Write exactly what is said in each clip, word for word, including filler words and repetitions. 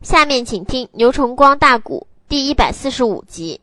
下面请听牛崇光大鼓第一百四十五集。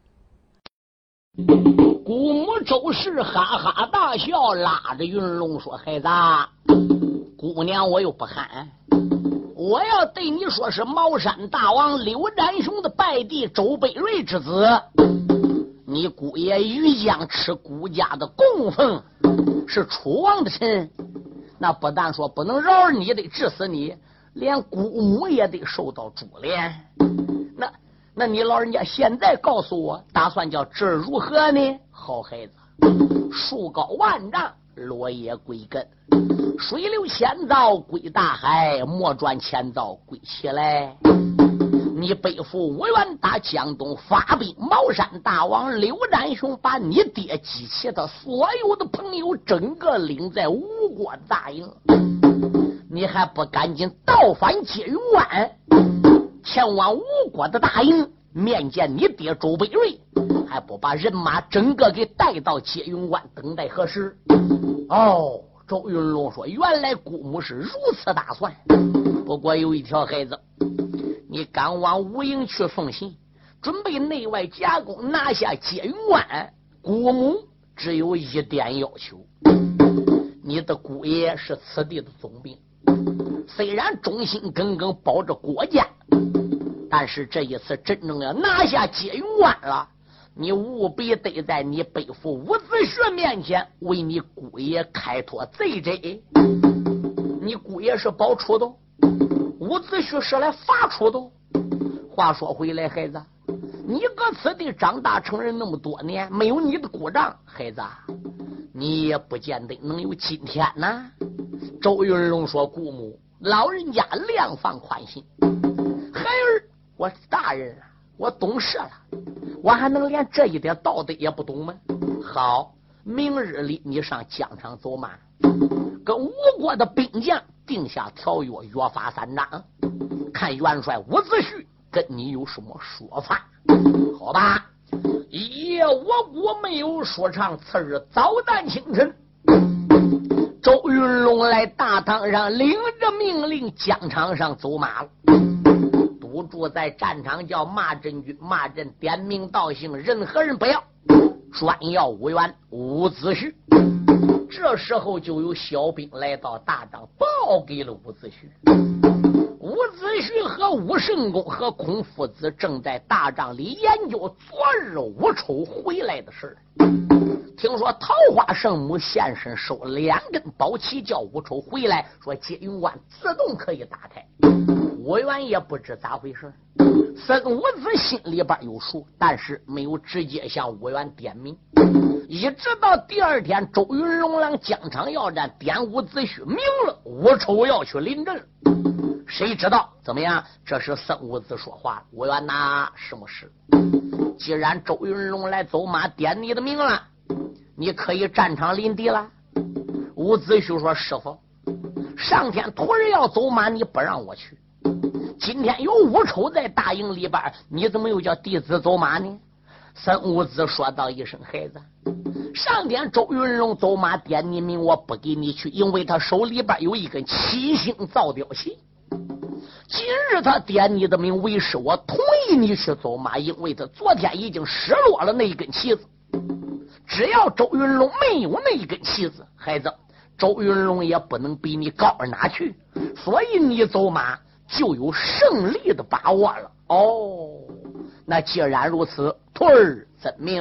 姑母周氏哈哈大笑，拉着云龙说：“孩子，姑娘我又不喊，我要对你说是茅山大王刘占雄的拜弟周北瑞之子，你姑爷于江吃姑家的供奉，是楚王的臣，那不但说不能饶你，得治死你，连姑母也得受到株连。那那你老人家现在告诉我，打算叫这如何呢？好孩子，树高万丈，落叶归根，水流千兆归大海，莫转千兆归起来。你背负五元打江东，发兵茅山大王刘占雄，把你爹及其他所有的朋友整个领在吴国大营，你还不赶紧倒返接云湾，前往吴国的大营面见你爹周北瑞，还不把人马整个给带到接云关，等待何时？哦，周云龙说，原来姑母是如此打算，不过有一条，孩子，你赶往吴营去送信，准备内外夹攻，拿下接云关。姑母只有一点要求，你的姑爷是此地的总兵，虽然忠心耿耿保着国家，但是这一次真正要拿下接云关了，你务必得在你背负伍子胥面前为你姑爷开脱贼贼。你姑爷是保楚的，伍子胥是来伐楚的。话说回来，孩子，你搁此地长大成人那么多年，没有你的鼓掌，孩子，你也不见得能有今天呐。周云龙说：“姑母，老人家量放宽心，孩儿我是大人了，我懂事了，我还能连这一点道德也不懂吗？好，明日里你上疆场走马，跟吴国的兵将定下条约，约法三章，看元帅伍子胥跟你有什么说法？好吧？也我国没有说唱，次日早旦清晨，周云龙来大堂上，领着命令疆场上走马了。堵住在战场叫骂阵军，骂阵点名道姓，任何人不要，专要无缘伍子胥。这时候就有小兵来到大帐，报给了伍子胥。伍子胥和伍圣公和孔夫子正在大帐里研究昨日伍丑回来的事。听说桃花圣母现身，收两根宝旗，叫伍丑回来，说接云关自动可以打开。伍元也不知咋回事，孙伍子心里边有数，但是没有直接向伍元点名。一直到第二天，周云龙郎疆场要战，点伍子胥明了，伍丑要去临阵了。谁知道怎么样？这是孙伍子说话，伍元呐，什么事？既然周云龙来走马点你的名了，你可以战场临敌了。伍子胥说：“师傅，上天徒儿要走马，你不让我去。今天有伍丑在大营里边，你怎么又叫弟子走马呢？”孙伍子说道一声：“孩子，上天周云龙走马点你名，我不给你去，因为他手里边有一根七星造雕旗。今日他点你的名为师，我同意你去走马，因为他昨天已经失落了那一根旗子。只要周云龙没有那一根旗子，孩子，周云龙也不能比你高而哪去，所以你走马就有胜利的把握了。哦，那既然如此，徒儿怎命？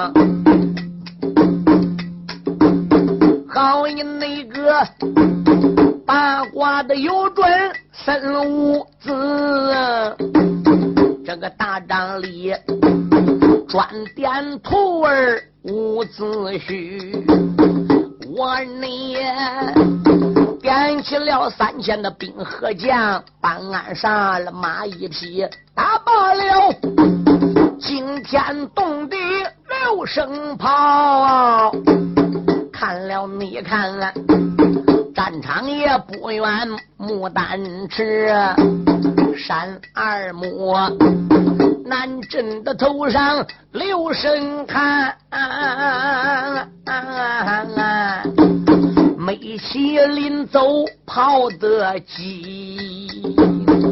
好你那个八卦的有准孙伍子，这个大帐里专点徒儿伍子胥，我你点起了三千的兵和将，办案上了马一匹，打罢了惊天动地六声炮。看了你看了，战场也不远，牡丹池山二木南镇的头上留神看，美其临走跑得急，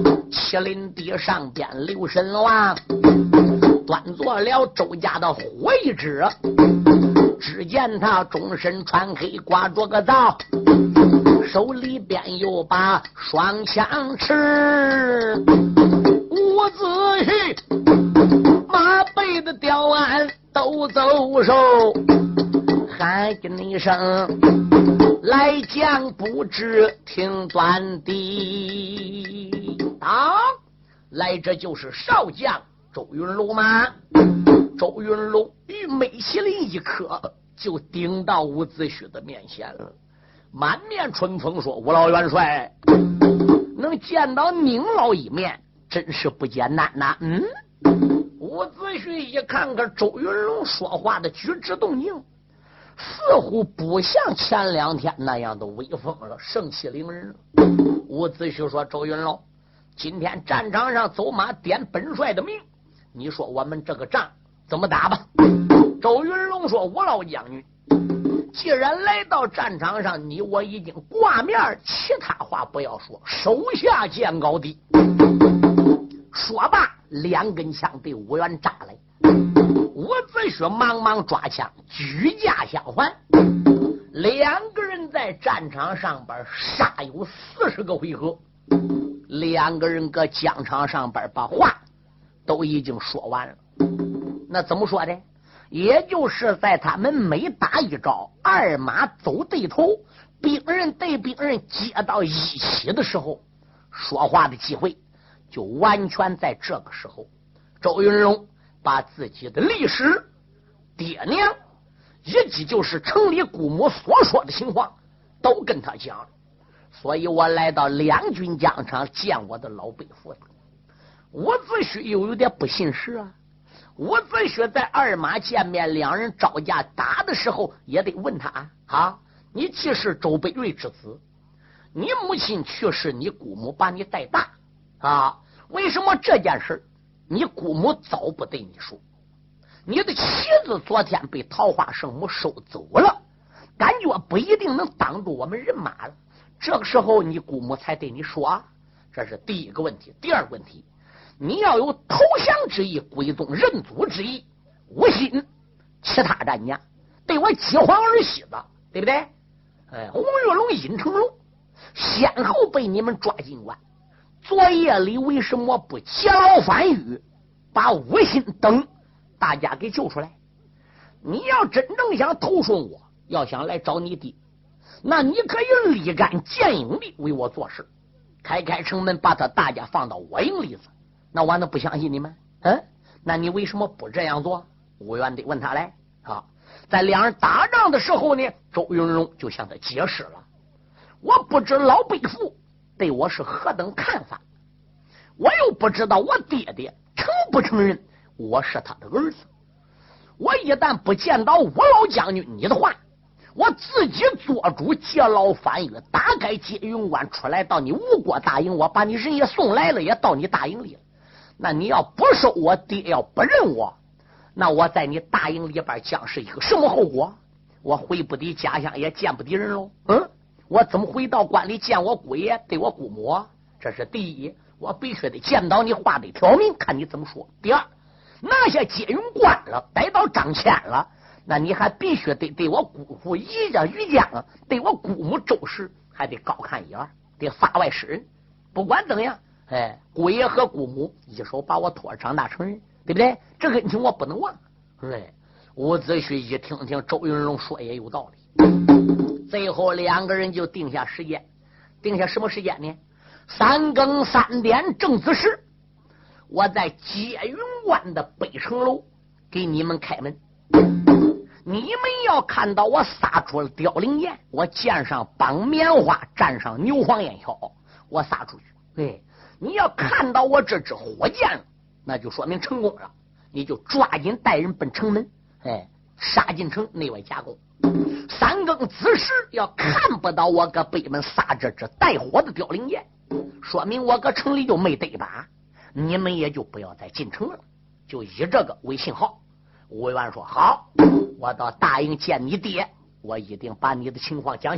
西林地上边刘神王端坐了周家的火一支，只见他终身穿黑，挂着个皂，手里边又把双枪持，伍子胥马背的吊鞍都走手，喊一声来将不知听端的啊！来，这就是少将周云龙吗？周云龙与美麒麟一磕，就顶到伍子胥的面前了，满面春风说：“吴老元帅，能见到您老一面，真是不简单呐！”嗯，伍子胥一看看周云龙说话的举止动静，似乎不像前两天那样的威风了，盛气凌人了。伍子胥说：“周云龙，今天战场上走马点本帅的名，你说我们这个仗怎么打吧？”周云龙说：“吴老将军，既然来到战场上，你我已经挂面，其他话不要说，手下见高低。”说罢，两根枪对伍元扎来。伍子胥忙忙抓枪，举架相还。两个人在战场上边杀有四十个回合，两个人搁疆场上边把话都已经说完了。那怎么说的？也就是在他们每打一招，二马走对头，兵人对兵人接到一起的时候，说话的机会就完全在这个时候。周云龙把自己的历史、爹娘以及就是城里姑母所说的情况都跟他讲了，所以我来到两军疆场见我的老辈父子。伍子胥又有点不信实啊。伍子胥在二马见面，两人招架打的时候，也得问他啊，你既是周北瑞之子，你母亲去世，你姑母把你带大啊，为什么这件事你姑母早不对你说？你的妻子昨天被桃花圣母收走了，感觉不一定能挡住我们人马了，这个时候你姑母才对你说，这是第一个问题。第二个问题，你要有投降之意，归宗认祖之意，无心其他战家对我饥荒而息的，对不对？哎，红月龙、尹成龙先后被你们抓进关，昨夜里为什么不劫牢反狱，把吴心等大家给救出来？你要真正想投顺我，要想来找你弟，那你可以立竿见影的为我做事，开开城门，把他大家放到我营里子。那我能不相信你们？嗯，那你为什么不这样做？吴元得问他来。好，在两人打仗的时候呢，周云龙就向他解释了。我不知老辈父对我是何等看法，我又不知道我爹爹承不承认我是他的儿子。我一旦不见到吴老将军你的话，我自己做主劫牢反狱，打开接云关出来，到你吴国大营，我把你人也送来了，也到你大营里了。那你要不收我爹，要不认我，那我在你大营里边将是一个什么后果？我回不得家乡，也见不得人喽。嗯，我怎么回到关里见我姑爷，对我姑母？这是第一，我必须得见到你，话得挑明，看你怎么说。第二，拿下接云关了，逮到张骞了，那你还必须得对我姑父一家于江，对我姑母周氏还得高看一眼，得发外施人。不管怎样，哎，姑爷和姑母一手把我托长大成人，对不对？这恩情我不能忘。哎，伍子胥一听听周云龙说也有道理，最后两个人就定下时间，定下什么时间呢？三更三点正子时，我在接云关的北城楼给你们开门。你们要看到我撒出了凋零箭，我箭上绑棉花，蘸上牛黄烟硝，我撒出去。对，你要看到我这支火箭了，那就说明成功了，你就抓紧带人奔城门，哎，杀进城内外夹攻。三更子时要看不到我搁北门撒这支带火的凋零箭，说明我搁城里就没得把，你们也就不要再进城了，就以这个为信号。吴元说好，我到大营见你爹，我一定把你的情况讲清。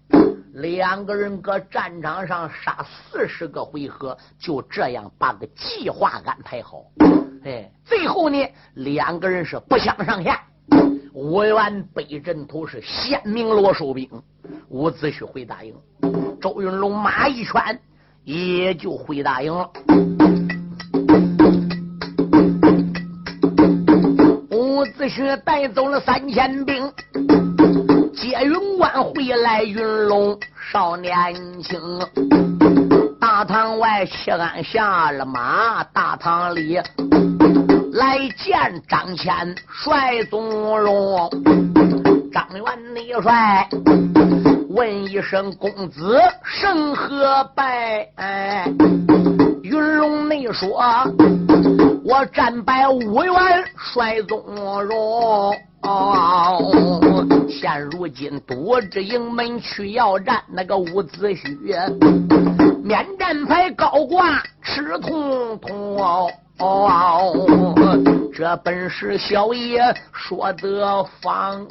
两个人搁战场上杀四十个回合，就这样把个计划安排好。哎，最后呢，两个人是不相上下。吴元北阵图是鲜明落收兵，伍子胥回大营，周云龙马一拳也就回大营了。伍子胥带走了三千兵，接云关回来，云龙少年轻。大堂外谢安下了马，大堂里来见张骞帅宗荣。张元内帅问一声公子甚何拜？哎，云龙内说我战败五元帅宗荣。哦，现如今独至营门去要战，那个伍子胥免战牌高挂吃通通哦。哦，这本是小爷说得方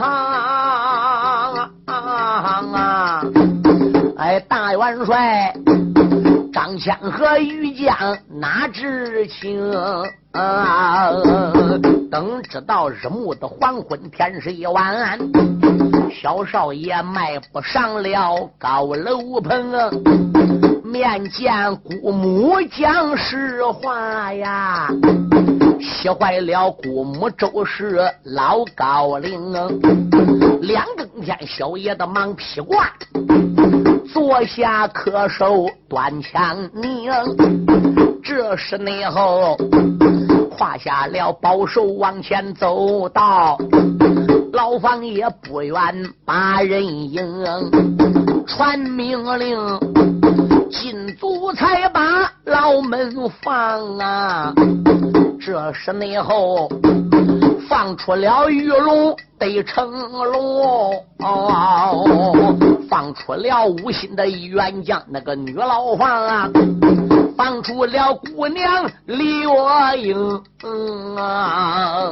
啊！啊哎，大元帅张骞和于将哪知情啊？等直到日暮的黄昏，天是一晚，小少爷迈步上了高楼棚啊，面见姑母讲实话呀，气坏了姑母周氏老高龄啊。两更天，小爷的忙披挂，坐下恪手端枪拧。这时内后胯下了宝手往前走到，老房也不远把人迎，传命令进足才把牢门放啊。这时内后放出了玉龙得成龙，哦，放出了无心的元将那个女老房啊，放出了姑娘李若英，嗯啊，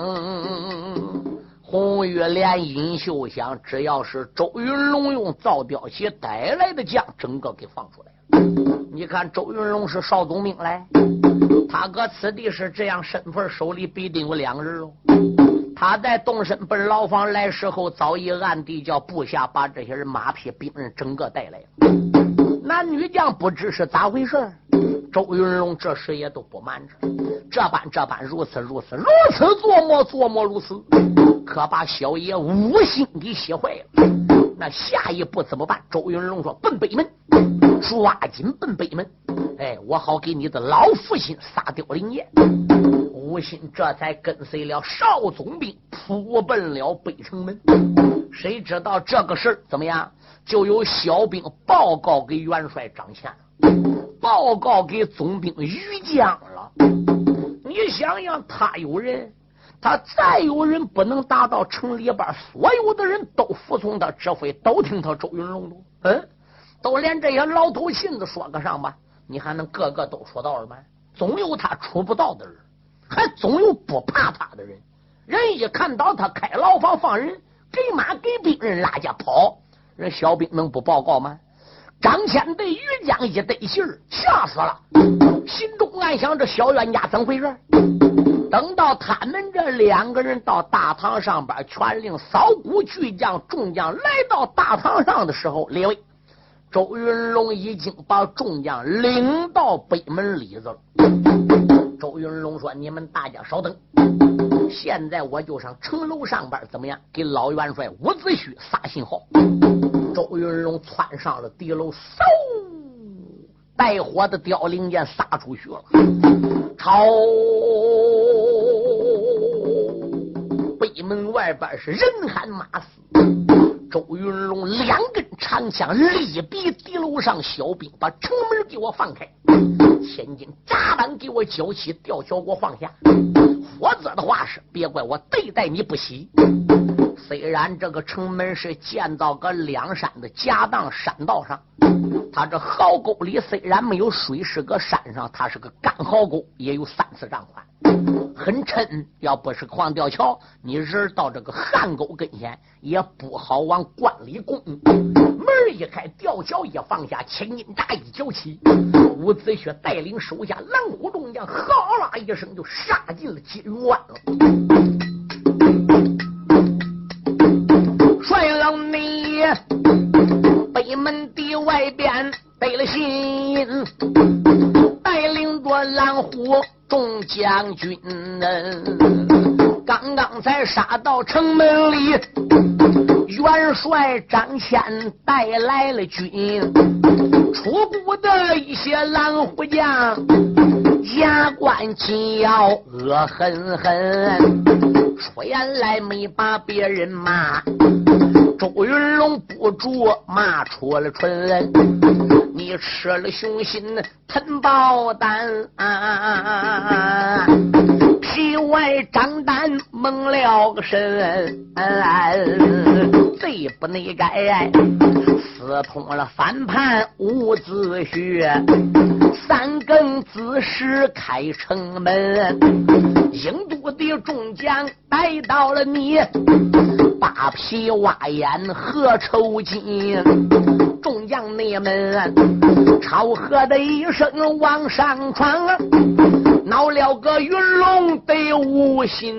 红玉莲、尹秀香，只要是周云龙用造雕旗带来的将，整个给放出来了。你看周云龙是少总兵来，他搁此地是这样身份，手里必定有两人喽。他在动身奔牢房来时候，早已暗地叫部下把这些人马匹兵人整个带来了。男女将不知是咋回事，周云龙这时也都不瞒着，这般这般，如此如此，如此琢磨琢磨如此，可把小爷无心给写坏了。那下一步怎么办？周云龙说：奔北门，抓紧奔北门，哎，我好给你的老父亲撒掉灵验。吴心这才跟随了少总兵扑奔了北城门。谁知道这个事儿怎么样？就有小兵报告给元帅张骞，报告给总兵于将了。你想想，他有人，他再有人不能达到城里边所有的人都服从他指挥，都听他周云龙的。嗯，都连这些老头信子说个上吧，你还能个个都出道了吗？总有他出不到的人，还总有不怕他的人。人一看到他开牢房放人，给马给兵人拉家跑，人小兵能不报告吗？张骞对于将一对信儿，吓死了，心中暗想：这小冤家怎么回事？等到他们这两个人到大堂上边，全令扫鼓巨将众将来到大堂上的时候，列位，周云龙已经把众将领到北门里子了。周云龙说：你们大家稍等，现在我就上城楼上边，怎么样？给老元帅伍子胥撒信号。周云龙窜上了敌楼，嗖，带火的凋零箭撒出去了，朝北门外边是人喊马嘶。周云龙两根长枪力逼敌楼上小兵，把城门给我放开，千斤扎板给我交起，吊桥给我放下，否则的话是别怪我对待你不喜。 虽然这个城门是建造个两山的夹当山道上，它这壕沟里虽然没有水，是个山上，它是个干壕沟，也有三四丈宽，很沉。要不是黄吊桥，你人到这个汉沟跟前也不好往关里攻。门一开，吊桥一放下，千斤闸一脚起，伍子胥带领手下狼虎众将，哈啦一声就杀进了接云湾了。帅老你北门的外边背了信，带领着狼虎众将军，刚刚才杀到城门里，元帅张骞带来了军，出谷的一些狼虎将，牙关紧咬，恶狠狠，出言来没把别人骂，周云龙不住骂出了唇，你吃了雄心吞豹胆，啊，皮外张胆蒙了个身，罪不内改，私通了反叛伍子胥，三更子时开城门，英都的众将逮到了你，扒皮挖眼何愁尽，众将内们超喝的一声往上闯，闹了个云龙得无心。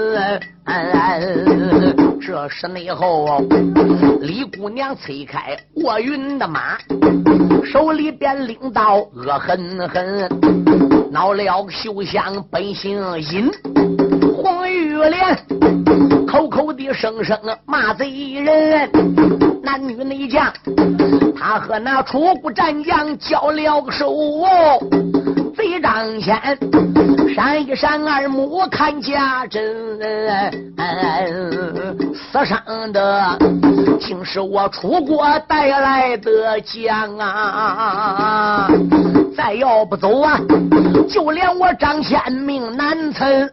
这时内后李姑娘催开卧云的马，手里边领到恶狠狠，闹了个休想本性阴，黄玉莲口口的声声骂贼人，男女内将他和那楚国战将交了个手，贼张骞闪一闪二目看家珍，死伤的竟是我楚国带来的将啊，再要不走啊，就连我张骞命难存。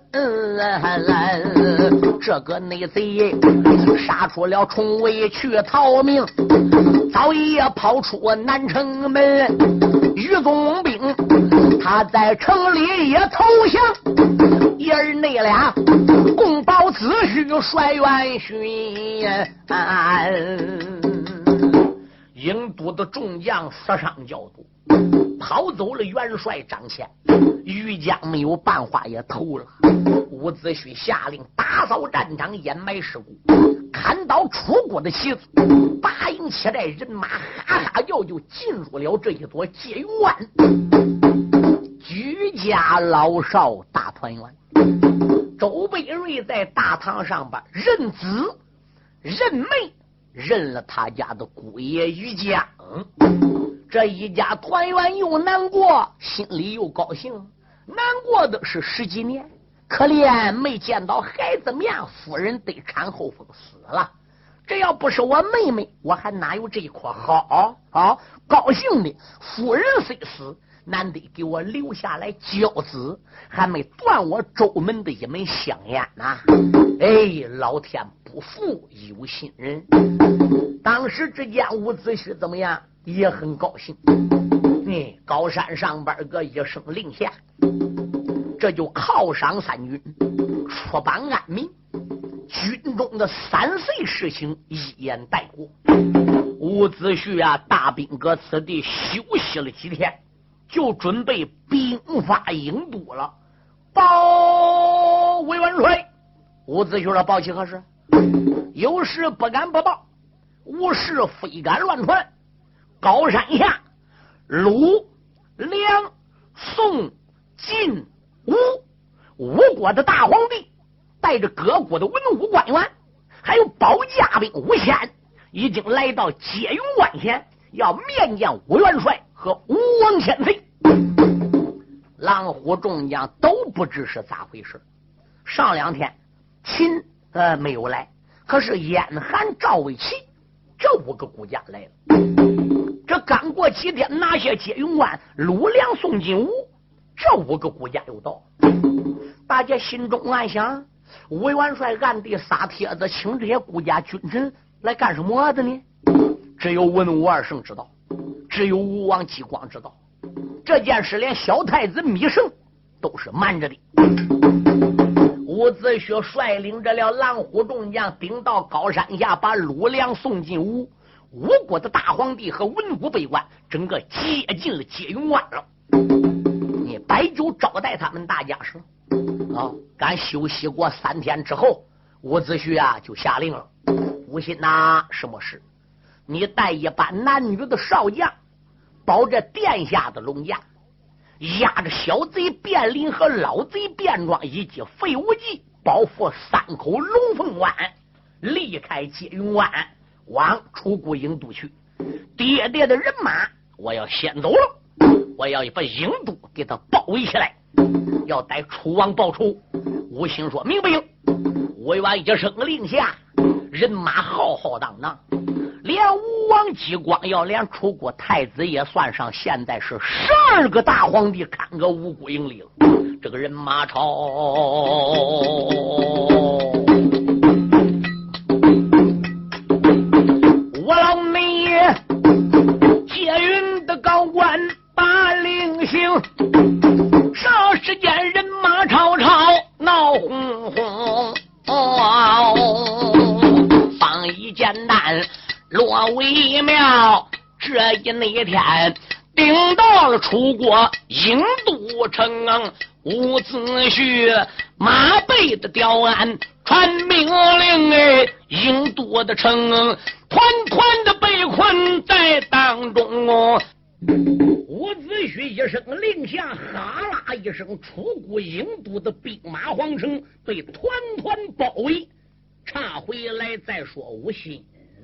这个内贼杀出了重围去逃命，早已跑出南城门，于宗兵他在城里也投降，一儿那俩共保子胥率元勋，英都的众将死伤较多，跑走了元帅张骞，于江没有办法也投了。伍子胥下令打扫战场，掩埋尸骨，砍倒楚国的旗子，八营七寨人马哈哈叫就进入了这一座界云湾，居家老少大团圆。周贝瑞在大堂上边认子认妹，认了他家的姑爷于江，这一家团圆又难过，心里又高兴。难过的是十几年，可怜没见到孩子面，夫人得产后风死了。这要不是我妹妹，我还哪有这一颗好啊？高兴的夫人虽死，难得给我留下来教子，还没断我周门的一门香烟呐、啊！哎，老天不负有心人。当时之间伍子胥怎么样，也很高兴。哎，高山上边个一声令下，这就犒赏三军，出榜安民，军中的三岁事情一言带过。伍子胥啊，大兵搁此地休息了几天，就准备兵发郢都了。报魏元帅，伍子胥说：“报其何事？有事不敢不报，无事非敢乱传。高山下，鲁、梁、宋、晋、吴吴国的大皇帝，带着各国的文武官员，还有保驾兵五千，已经来到接云关前，要面见吴元帅和吴王千岁。”狼虎众将都不知是咋回事。上两天秦呃没有来，可是燕韩赵魏齐这五个国家来了。这刚过几天，拿下接云关，鲁梁宋晋吴这五个国家又到，大家心中暗想： 吴元帅暗地撒帖子，请这些顾家君臣来干什么的呢？只有文武二圣知道，只有吴王姬光知道。这件事连小太子芈胜都是瞒着的。伍子胥率领着了狼虎众将，顶到高山下，把鲁梁送进吴。吴国的大皇帝和文武百官，整个接近了接云关了。你摆酒招待他们大家时，啊，赶休息过三天之后，伍子胥啊就下令了：吴信呐，什么事？你带一班男女的少将，保着殿下的龙驾，押着小贼卞林和老贼卞庄以及费无忌，保护三口龙凤湾，离开接云湾，往楚国郢都去。爹爹的人马我要先走了，我要把郢都给他包围起来，要带楚王报仇。吴兴说明白。吴元一声令下，人马浩浩荡荡，连吴王姬光要连楚国太子也算上，现在是十二个大皇帝看个五谷营里了。这个人马超，我老妹爷接云的高官把令行，霎时间人马吵吵闹哄哄，哦，放一箭弹落为妙。这一那天顶到了楚国郢都城，伍子胥马背的雕鞍传命令，哎，郢都的城团团的被困在当中哦。伍子胥一声令下，哈啦一声，楚国郢都的兵马皇城被团团包围。插回来再说吴信，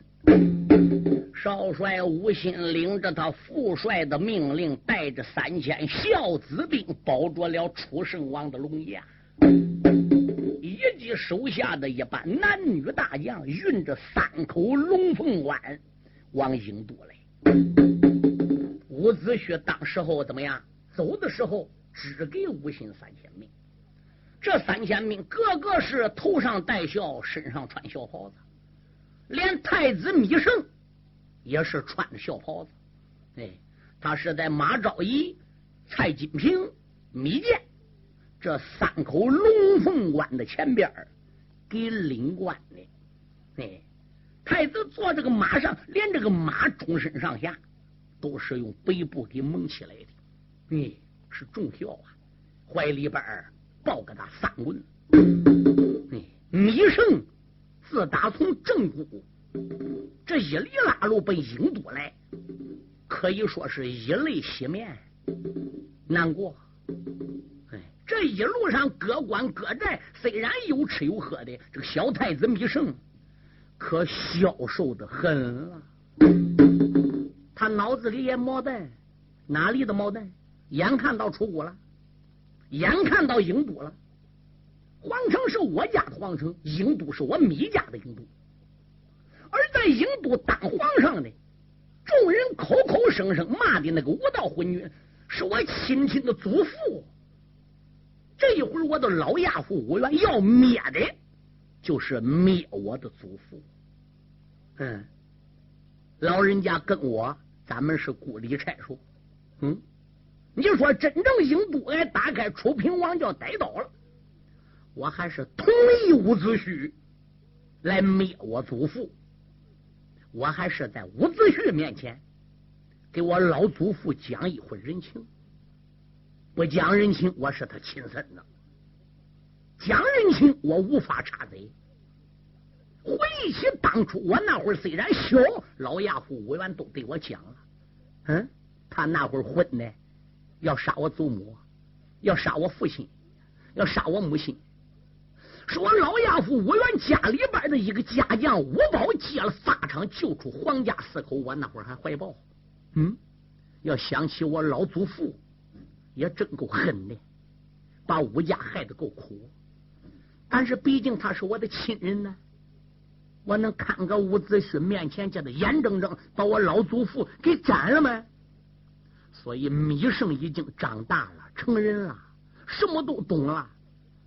少帅吴信领着他副帅的命令，带着三千孝子兵，保着了楚圣王的龙驾，以及手下的一班男女大将，运着三口龙凤丸往郢都来。伍子胥当时候怎么样？走的时候只给吴信三千名，这三千名个个是头上戴孝，身上穿孝袍子，连太子芈胜也是穿着孝袍子。哎，他是在马昭仪、蔡金平、芈建这三口龙凤关的前边给领官的。哎，太子坐这个马上，连这个马终身上下都是用白布给蒙起来的。哎，是重孝啊，怀里边抱个大三棍。哎，芈胜自打从正骨这一里拉路奔郢都来，可以说是以泪洗面，难过。哎，这一路上各官各寨虽然有吃有喝的，这个小太子芈胜可消瘦的很了。他脑子里也毛蛋，哪里的毛蛋？眼看到楚国了，眼看到郢都了。皇城是我家的皇城，郢都是我芈家的郢都。而在郢都当皇上的众人口口声声骂的那个无道昏君，是我亲亲的祖父。这一会儿我的老亚父吴元要灭的，就是灭我的祖父。嗯，老人家跟我，咱们是故里差说，嗯，你说真正郢都哎打开，楚平王就要逮到了，我还是同意伍子胥来灭我祖父。我还是在伍子胥面前给我老祖父讲一回人情，不讲人情我是他亲生的，讲人情我无法插嘴。回忆起当初我那会儿虽然小，老亚父吴元都对我讲了，嗯，他那会儿混呢，要杀我祖母，要杀我父亲，要杀我母亲，是我老亚父吴元家里边的一个家将吴宝接了法场救出皇家四口，我那会儿还怀抱。嗯，要想起我老祖父也真够狠的，把吴家害得够苦，但是毕竟他是我的亲人呢，我能看个伍子胥面前叫他眼睁睁把我老祖父给斩了吗？所以芈胜已经长大了，成人了，什么都懂了，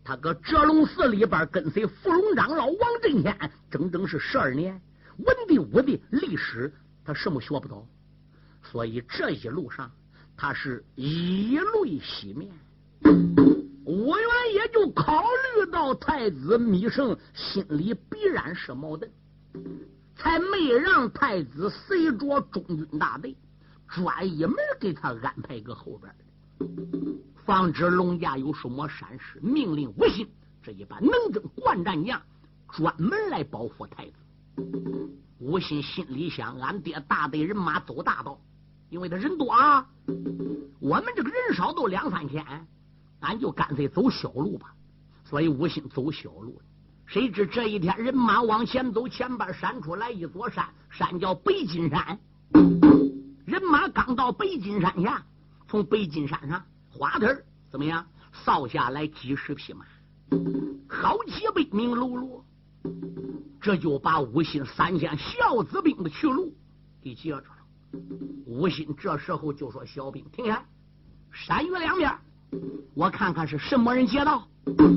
他搁折龙寺里边跟随伏龙长老王震天，整整是十二年，文的武的历史，他什么学不到，所以这一路上他是以泪洗面。武元也就考虑到太子芈胜心里必然是矛盾，才没让太子随着中军大队专一门给他安排个后边的，防止龙家有什么闪失，命令吴信这一般能征惯战将专门来保护太子。吴信心里想，俺爹大队人马走大道，因为他人多啊，我们这个人少都两三千，俺就干脆走小路吧。所以吴信走小路，谁知这一天人马往前走，前边闪出来一座山，山叫北金山。人马刚到北金山下，从北金山上花头怎么样扫下来几十匹马，好几百名喽啰，这就把吴信三千孝子兵的去路给截住了。吴信这时候就说：“小兵停下，山岳两边，我看看是什么人劫道。”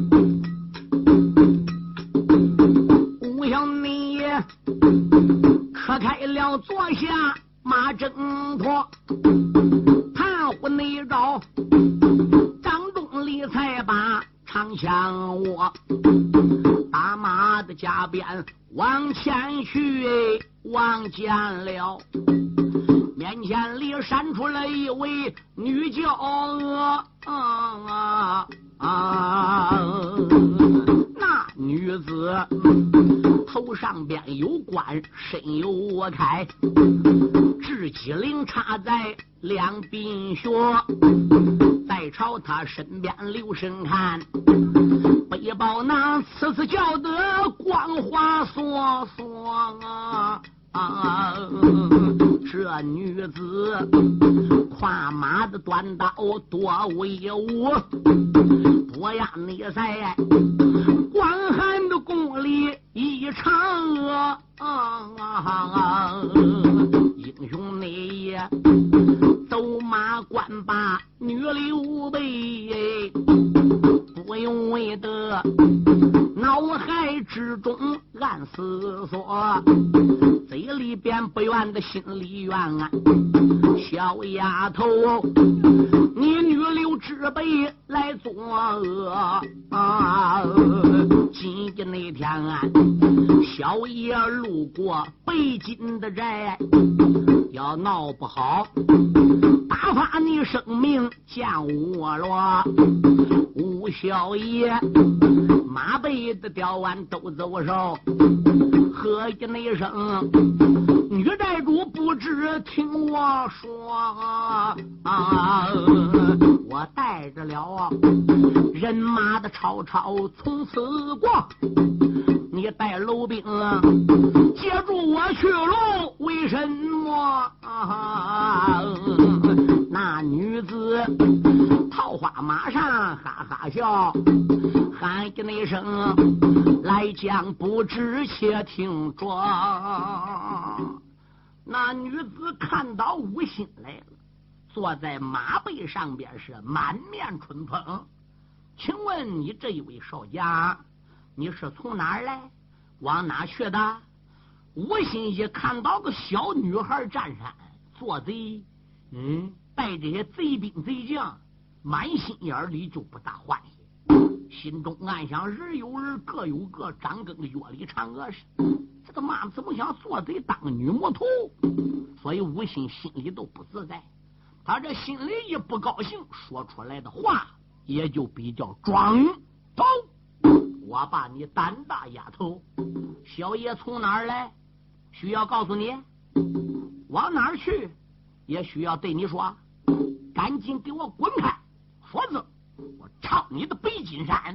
吴兄你扯开了坐下马挣脱，盘虎内招，张东里才把长枪握，打马的加鞭往前去，望见了面前里闪出了一位女娇娥，啊啊啊！那女子头上边有冠，身有铠，雉鸡翎插在两鬓靴，再朝他身边留神看，背包那次次叫得光华烁烁啊啊！这女子跨马的短刀多威武，不呀你在关寒的宫里一场啊啊！英雄你也走马观把女刘备，不用为得脑海之中暗思索，嘴里边不愿的心里怨啊。小丫头，你女流之辈来作恶啊！今天那天啊，小爷路过北京的寨，要闹不好打发你生命见我了。吴小爷马背的吊腕都走手，喝一那声，女寨主不知听我说啊，我带着了人马的超超从此过，你带楼兵接住我去路，为什么啊？那女子桃花马上哈哈笑，喊一那声来将不知且听着。那女子看到吴信来了，坐在马背上边是满面春风。请问你这一位少将，你是从哪儿来，往哪去的？吴信一看到个小女孩站山做贼，嗯，带这些贼兵贼将，满心眼里就不大欢喜，心中暗想：人有人，各有各，长跟个月里嫦娥似的。这个妈怎么想做贼当个女魔头？所以吴信心里都不自在。他这心里一不高兴，说出来的话也就比较装头。我把你胆大丫头，小爷从哪儿来？需要告诉你，往哪儿去？也需要对你说，赶紧给我滚开，否则我抄你的北金山！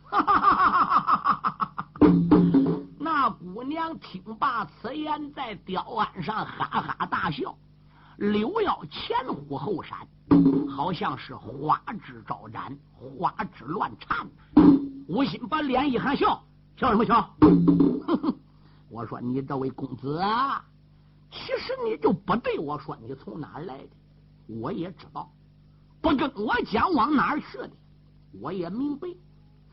那姑娘听罢此言，在吊鞍上哈哈大笑，柳腰前呼后闪，好像是花枝招展，花枝乱颤。吴心把脸一含笑，笑什么笑？我说你这位公子啊，其实你就不对我说你从哪儿来的，我也知道，不跟我讲往哪儿去的，我也明白。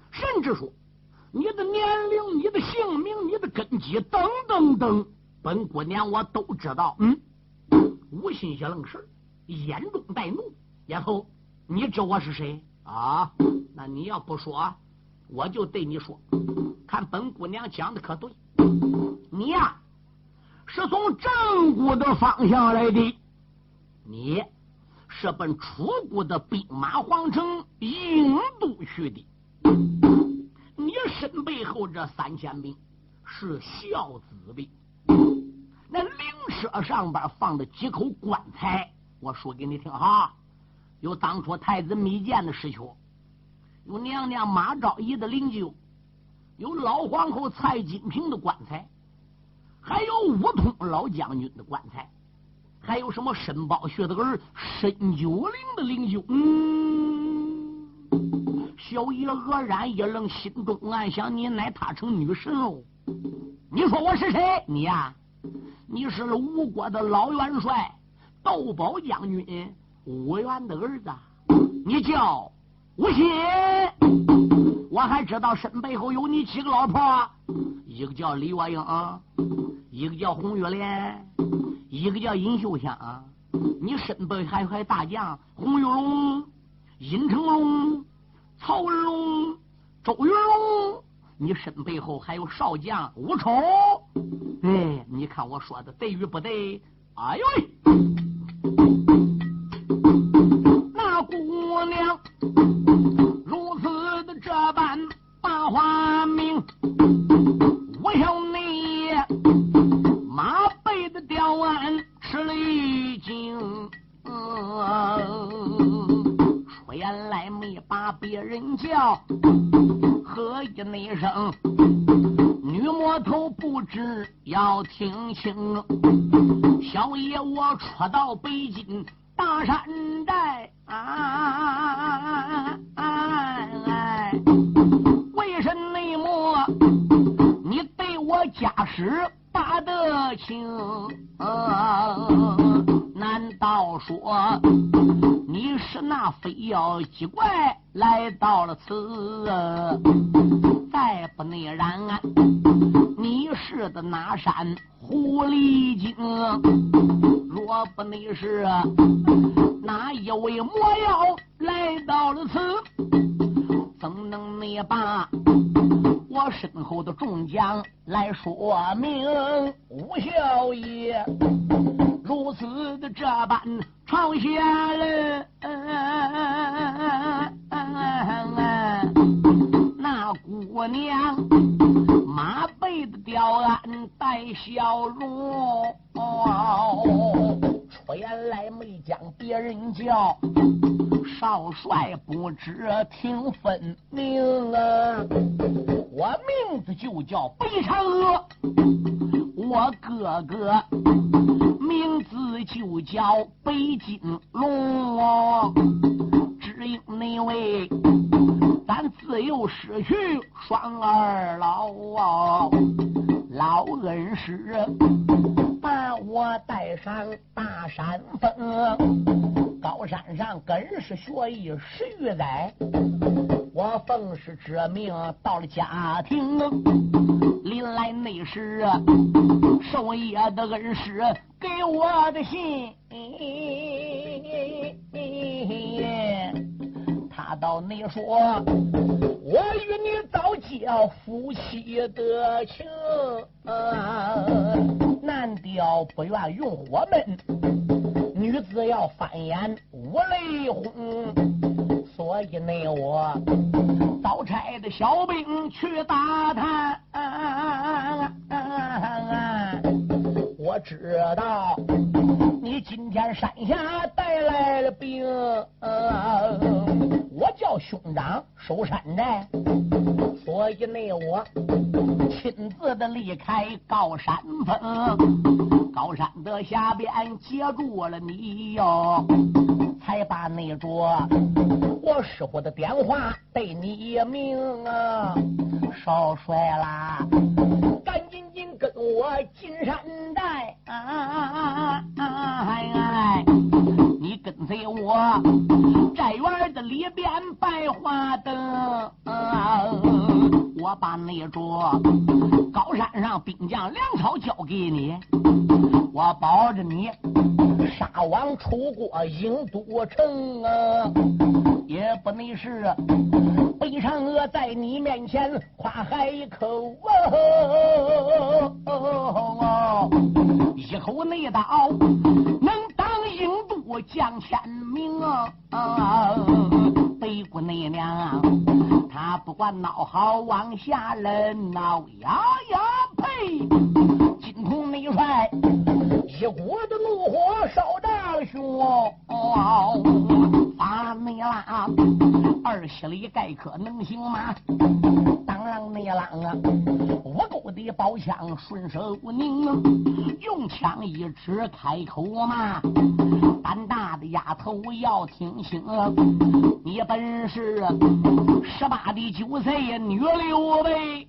甚至说你的年龄、你的姓名、你的根基等等等，本姑娘我都知道。嗯，吴心些愣神，眼中带怒。丫头，你知我是谁啊？那你要不说，我就对你说，看本姑娘讲的可对。你呀，是从正谷的方向来的，你是奔楚国的兵马皇城郢都去的。你身背后这三千兵是孝子兵，那灵舍上边放的几口棺材，我说给你听哈，有当初太子密建的尸壳，有娘娘马昭仪的灵柩，有老皇后蔡金平的棺材，还有武通老将军的棺材，还有什么申包学的儿申九龄的灵柩。嗯，小爷愕然一愣，心中暗想：你乃他成女神喽？你说我是谁？你呀、啊，你是吴国的老元帅窦宝将军吴元的儿子，你叫吴心。我还知道身背后有你几个老婆，一个叫李月英，一个叫洪月莲，一个叫尹秀香。你身背还还大将洪玉龙、尹成龙、曹文龙、周云龙，你身背后还有少将吴丑。哎，你看我说的对与不对？哎呦喂，那姑娘如此的这般把话明，我要你马背的吊鞍吃了一惊。嗯，说原来没把别人叫，喝一那声女魔头不知要听清。小爷我出到北京大山寨，啊啊，为什么你对我家史把得清？啊，难道说你是那飞妖鸡怪来到了此？再不内然，你是的哪山狐狸精？若不你是哪一位魔妖来到了此？怎能你把我身后的众将来说明？吴小爷如此的这般朝下了，那姑娘马背的吊鞍带笑容，说原来没将别人叫，少帅不知听分明啊！我名字就叫北嫦娥，我哥哥名字就叫北京龙，只因那位咱自幼失去双儿老啊，老恩师把我带上大山峰，高山上更是学艺十余载，我奉师之命到了家庭，临来那时寿爷的恩师给我的信，他到你说我与你早交夫妻的情，啊，男雕不愿用火门，女子要翻眼无雷轰，所以呢我早差的小兵去打探，啊啊啊啊，我知道你今天山下带来了兵，啊，我叫兄长守山寨，所以呢我亲自的离开高山峰，高山的下边接住了你哟，才把那桌我师傅的电话对你明啊，少帅啦，赶紧紧跟我进山寨，啊啊啊啊！你跟随我寨园的里边百花灯，我把那座高山上兵将粮草交给你，我保着你杀王出过郢都城啊，也不能是北嫦娥在你面前夸海口哦，哦一口内刀能当郢都将千名啊，啊北姑内娘他不管闹好往下人闹呀呀呸，金童内帅一股的怒火烧大胸哦，法内郎二十里盖可能行吗？当然内郎啊，我勾的宝枪顺手拧，用枪一指开口嘛，胆大的丫头要听清，你本是十八的九岁女刘备，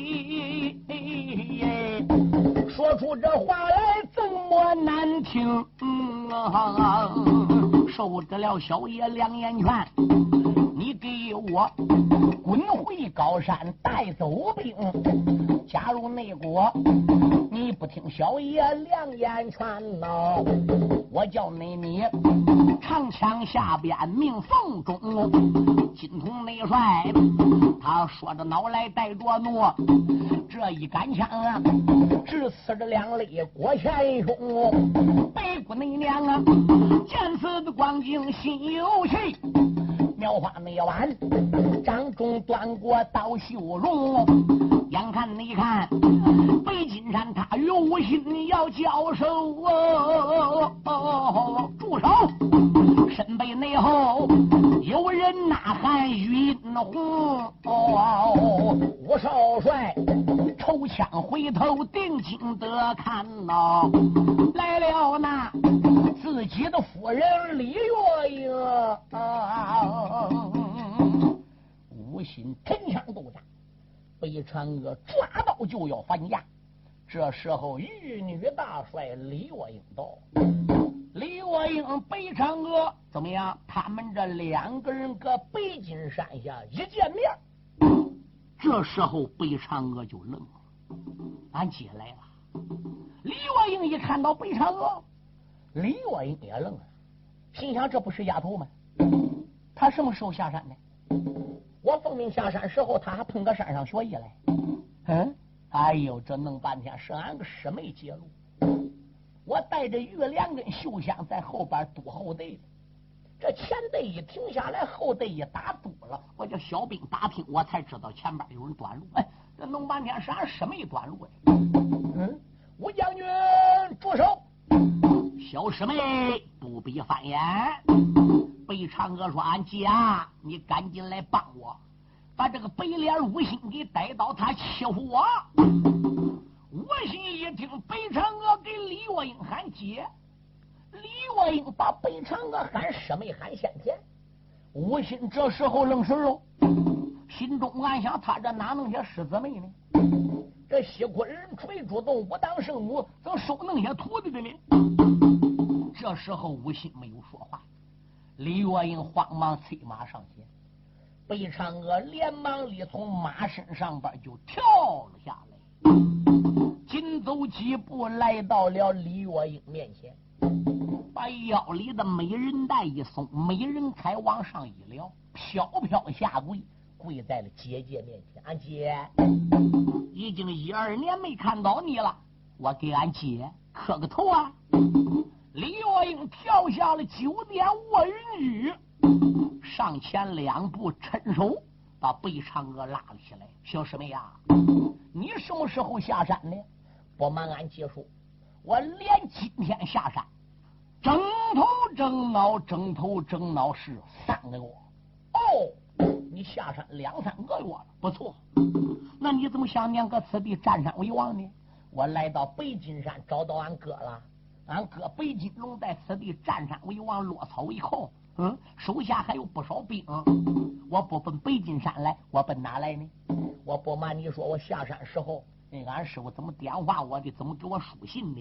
说出这话来怎么难听？嗯啊，受得了小爷两眼拳，你给我滚回高山带走兵，加入内国你不听小爷两眼拳哦，我叫你你长枪下边命奉中，金童内帅他说着脑来带着怒，这一杆枪啊直刺着两肋郭前胸，北姑内娘啊见此的光景心有气，描花内弯掌中端过刀绣容，眼看你看北金山他与吴心要交手哦，哦住手，身背内后有人呐喊语音红哦，吴少帅抽枪回头定睛的看哦，来了那自己的夫人李月英啊，吴心ten枪斗战，北嫦娥抓刀就要还价，这时候玉女大帅李月英到，李月英北嫦娥怎么样？他们这两个人搁北金山下一见面，这时候北嫦娥就愣了，俺姐来了。李月英一看到北嫦娥，李月英也愣了，心想这不是丫头吗？她什么时候下山呢？我奉命下山时候，她还碰个山上学艺来。嗯，哎呦，这弄半天是俺个师妹揭露。我带着玉莲跟秀香在后边堵后队，这前队一停下来，后队一打堵了，我叫小兵打听，我才知道前边有人断路。哎，这弄半天是俺师妹断路哎。嗯，吴将军住手！小师妹不必翻眼。北嫦娥说：“俺姐啊，你赶紧来帮我，把这个白脸吴心给逮到，他欺负我。”吴心一听北嫦娥给李月英喊姐，李月英把北嫦娥喊师妹喊先天，吴心这时候愣神喽，心中暗想：他这哪弄些师姊妹呢？这西昆人垂主动武当圣母，怎收弄些徒弟的呢？这时候吴心没有说话，李月英慌忙催马上前，北嫦娥连忙里从马身上边就跳了下来，紧走几步来到了李月英面前，把腰里的美人带一松，美人铠往上一撩，飘飘下跪，跪在了姐姐面前。俺姐已经一二年没看到你了，我给俺姐磕个头啊！李月英跳下了九点卧云雨，上前两步伸手把北嫦娥拉了起来。小师妹呀，你什么时候下山呢？不瞒俺姐说，我连今天下山整头整脑整头整脑是三个月。哦，你下山两三个月了，不错。那你怎么想念搁此地占山为王呢？我来到北金山找到俺哥了，俺哥北金龙在此地占山为王，落草为寇，嗯，手下还有不少兵。我不奔北金山来，我奔哪来呢？我不瞒你说，我下山时候那个俺师傅怎么电话我的，怎么给我书信的？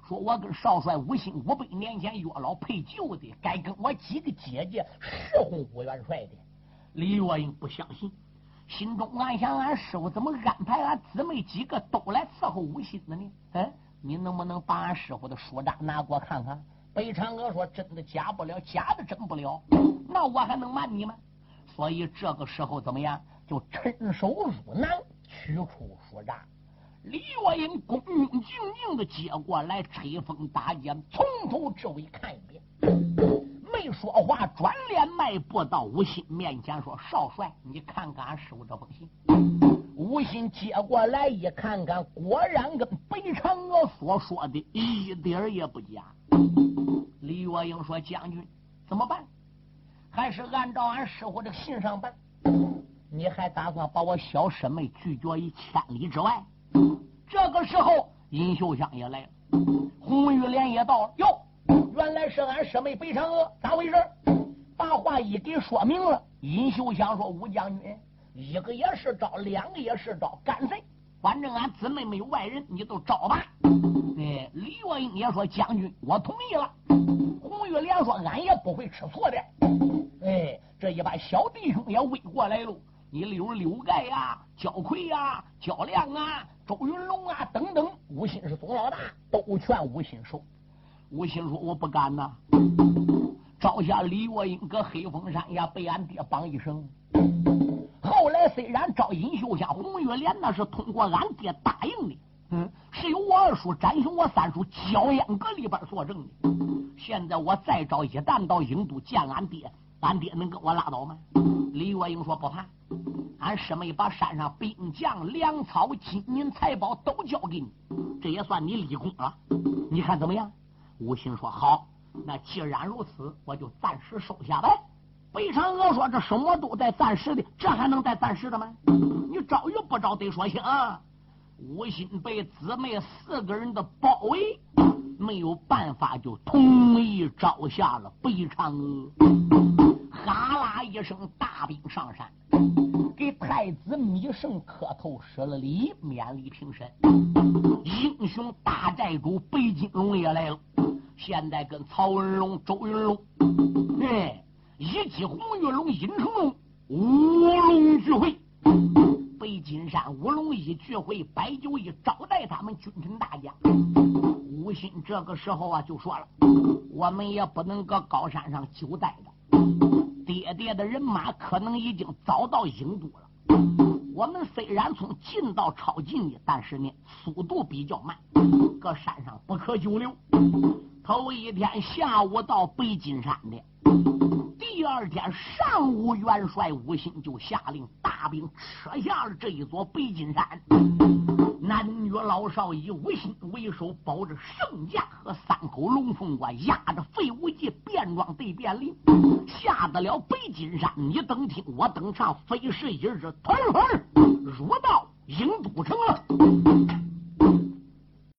说我跟少帅吴兴五百年前约老配旧的，该跟我几个姐姐侍候吴元帅的。李月英不相信，心中暗想：俺师傅怎么安排俺姊妹几个都来伺候吴兴的呢？嗯，你能不能把俺师傅的书札拿给我看看？北长娥说：真的假不了，假的真不了，那我还能瞒你吗？所以这个时候怎么样？就伸手入囊，取出书札。李月英恭恭敬敬的接过来，吹风打剑，从头至尾看一遍，没说话，转脸迈步到吴昕面前说：少帅，你看看俺师傅这封信。吴昕接过来一看看，果然跟北长娥所说的一点也不假。李月英说：将军怎么办？还是按照俺师傅这个信上办？你还打算把我小师妹拒绝于千里之外？这个时候尹秀香也来了，红玉莲也到了。哟，原来是俺师妹北长娥，咋回事？把话一给说明了。尹秀香说：吴将军，一个也是招，两个也是招，干脆反正俺姊妹没有外人，你都招吧。哎，李月英也说：将军，我同意了。红玉莲说：俺也不会吃错的。哎，这一把小弟兄也围过来了。你例如柳盖呀、啊、焦魁呀、啊、焦亮啊、周云龙啊等等，吴昕是总老大，都劝吴昕收。吴昕说：我不敢呐，招下李月英搁黑风山呀，被俺爹绑一生。后来虽然招尹秀香、红月莲那是通过俺爹答应的，嗯，是由我二叔展雄、我三叔焦烟阁里边所证的。现在我再招，一旦到郢都见俺爹，俺爹能跟我拉倒吗？李月英说：不怕，俺师妹把山上兵将、粮草、金银财宝都交给你，这也算你立功了。你看怎么样？吴昕说：好，那既然如此，我就暂时收下呗。北长娥说：这什么都带暂时的，这还能带暂时的吗？你招与不招得说清啊。吴昕被姊妹四个人的包围，没有办法，就同意招下了北长娥。哈啦一声，大兵上山，给太子米胜磕头施了礼，免礼平身。英雄大寨主北金龙也来了，现在跟曹文龙、周云龙，哎，以及红玉龙、尹成龙五龙聚会。北金山五龙一聚会，摆酒一招待他们君臣大家。吴昕这个时候啊就说了：我们也不能搁高山上久待着，爹爹的人马可能已经早到郢都了。我们虽然从近到超近的，但是呢速度比较慢，搁山上不可久留。头一天下午到北金山的，第二天上午元帅吴昕就下令大兵撤下了这一座北金山，男女老少以吴昕为首，保着圣驾和三口龙凤关，压着废物骑便装对便林，下得了北金山。你等听我等唱，非是一日团团入到郢都城了。